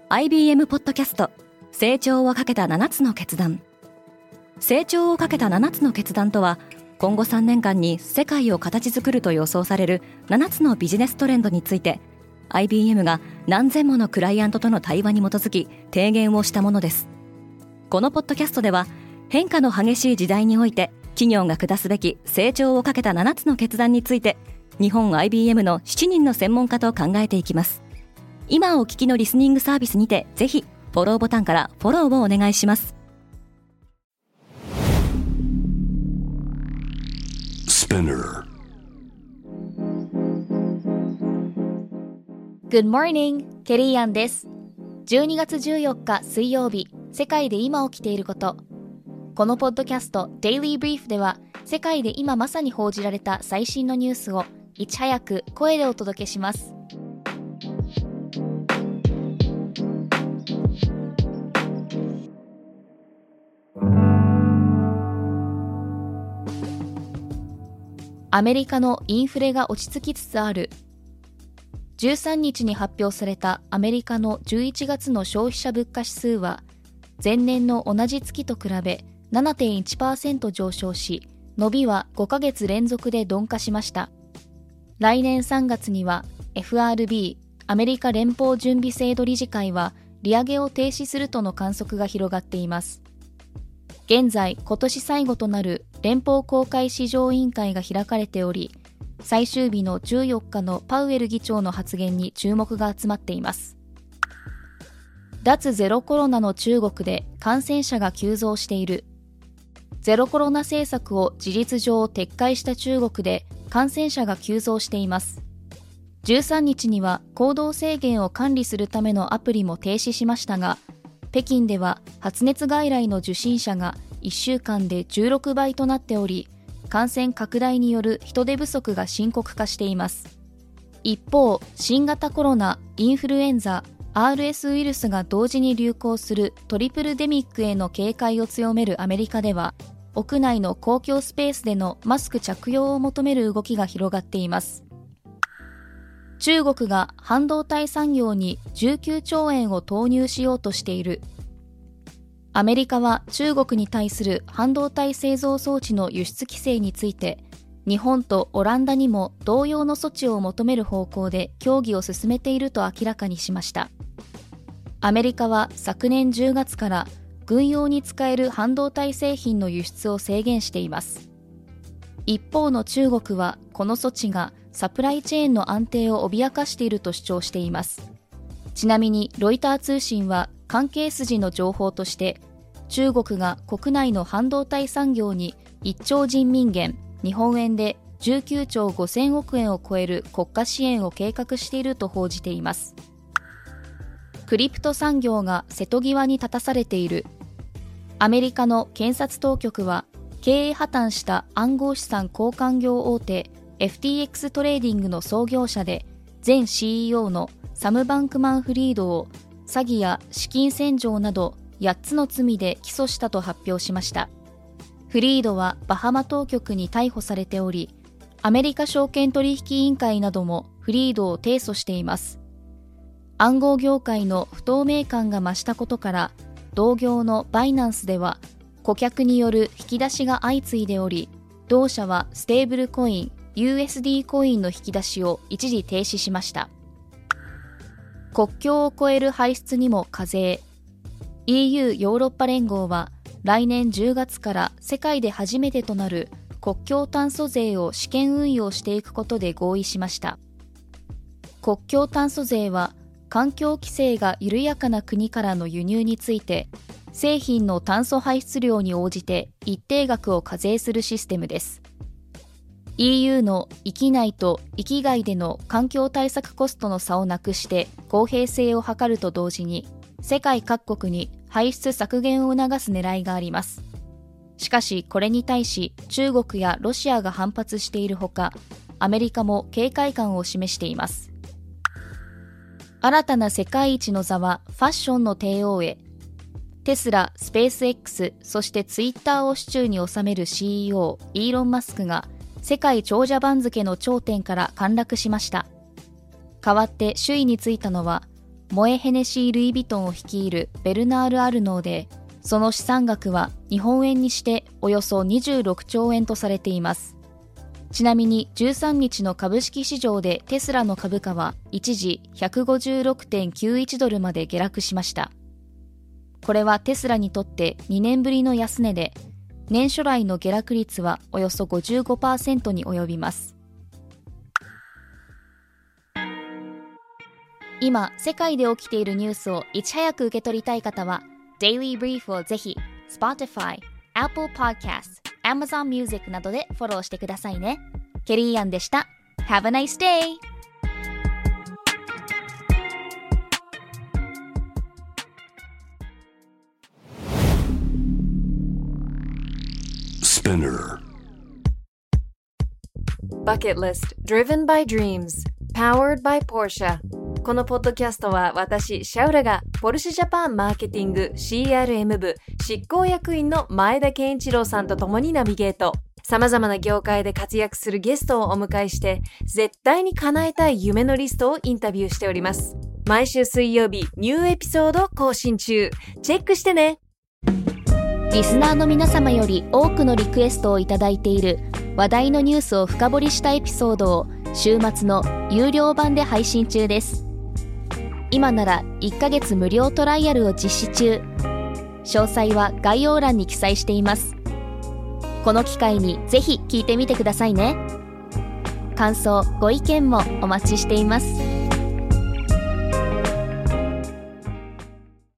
IBM ポッドキャスト成長をかけた7つの決断。成長をかけた7つの決断とは、今後3年間に世界を形作ると予想される7つのビジネストレンドについて IBM が何千ものクライアントとの対話に基づき提言をしたものです。このポッドキャストでは、変化の激しい時代において企業が下すべき成長をかけた7つの決断について、日本 IBM の7人の専門家と考えていきます。今お聞きのリスニングサービスにて、ぜひフォローボタンからフォローをお願いします。 Good morning! ケリーアンです。12月14日水曜日、世界で今起きていること。このポッドキャスト Daily Brief では、世界で今まさに報じられた最新のニュースをいち早く声でお届けします。アメリカのインフレが落ち着きつつある。13日に発表されたアメリカの11月の消費者物価指数は、前年の同じ月と比べ 7.1% 上昇し、伸びは5ヶ月連続で鈍化しました。来年3月には FRB、アメリカ連邦準備制度理事会は利上げを停止するとの観測が広がっています。現在、今年最後となる連邦公開市場委員会が開かれており、最終日の14日のパウエル議長の発言に注目が集まっています。脱ゼロコロナの中国で感染者が急増している。ゼロコロナ政策を事実上撤回した中国で感染者が急増しています。13日には行動制限を管理するためのアプリも停止しましたが、北京では発熱外来の受診者が1週間で16倍となっており、感染拡大による人手不足が深刻化しています。一方、新型コロナ、インフルエンザ、RS ウイルスが同時に流行するトリプルデミックへの警戒を強めるアメリカでは、屋内の公共スペースでのマスク着用を求める動きが広がっています。中国が半導体産業に19兆円を投入しようとしている。アメリカは中国に対する半導体製造装置の輸出規制について、日本とオランダにも同様の措置を求める方向で協議を進めていると明らかにしました。アメリカは昨年10月から軍用に使える半導体製品の輸出を制限しています。一方の中国はこの措置がサプライチェーンの安定を脅かしていると主張しています。ちなみにロイター通信は関係筋の情報として、中国が国内の半導体産業に1兆人民元、日本円で19兆5000億円を超える国家支援を計画していると報じています。クリプト産業が瀬戸際に立たされている。アメリカの検察当局は、経営破綻した暗号資産交換業大手FTX トレーディングの創業者で前 CEO のサム・バンクマンフリードを詐欺や資金洗浄など8つの罪で起訴したと発表しました。フリードはバハマ当局に逮捕されており、アメリカ証券取引委員会などもフリードを提訴しています。暗号業界の不透明感が増したことから、同業のバイナンスでは顧客による引き出しが相次いでおり、同社はステーブルコイン USD コインの引き出しを一時停止しました。国境を越える排出にも課税。EU ヨーロッパ連合は来年10月から世界で初めてとなる国境炭素税を試験運用していくことで合意しました。国境炭素税は環境規制が緩やかな国からの輸入について、製品の炭素排出量に応じて一定額を課税するシステムです。EU の域内と域外での環境対策コストの差をなくして公平性を図ると同時に、世界各国に排出削減を促す狙いがあります。しかしこれに対し中国やロシアが反発しているほか、アメリカも警戒感を示しています。新たな世界一の座はファッションの帝王へ。テスラ、スペース X、そしてツイッターを手中に収める CEO イーロン・マスクが世界長者番付の頂点から陥落しました。代わって首位についたのは、 モエ・ヘネシー・ルイ・ヴィトンを率いるベルナール・アルノーで、その資産額は日本円にしておよそ26兆円とされています。ちなみに13日の株式市場でテスラの株価は一時 156.91 ドルまで下落しました。これはテスラにとって2年ぶりの安値で、年初来の下落率はおよそ 55% に及びます。今、世界で起きているニュースをいち早く受け取りたい方は、Daily Brief をぜひ Spotify、Apple Podcast、Amazon Music などでフォローしてくださいね。ケリーアンでした。Have a nice day! Spinner Bucket List Driven by Dreams Powered by Porsche。 このポッドキャストは私シャウラがポルシェジャパンマーケティング CRM 部執行役員の前田健一郎さんと共にナビゲート。様々な業界で活躍するゲストをお迎えして絶対に叶えたい夢のリストをインタビューしております。毎週水曜日ニューエピソード更新中。チェックしてね。 リスナーの皆様より多くのリクエストをいただいている話題のニュースを深掘りしたエピソードを週末の有料版で配信中です。今なら1ヶ月無料トライアルを実施中。詳細は概要欄に記載しています。この機会にぜひ聞いてみてくださいね。感想、ご意見もお待ちしています。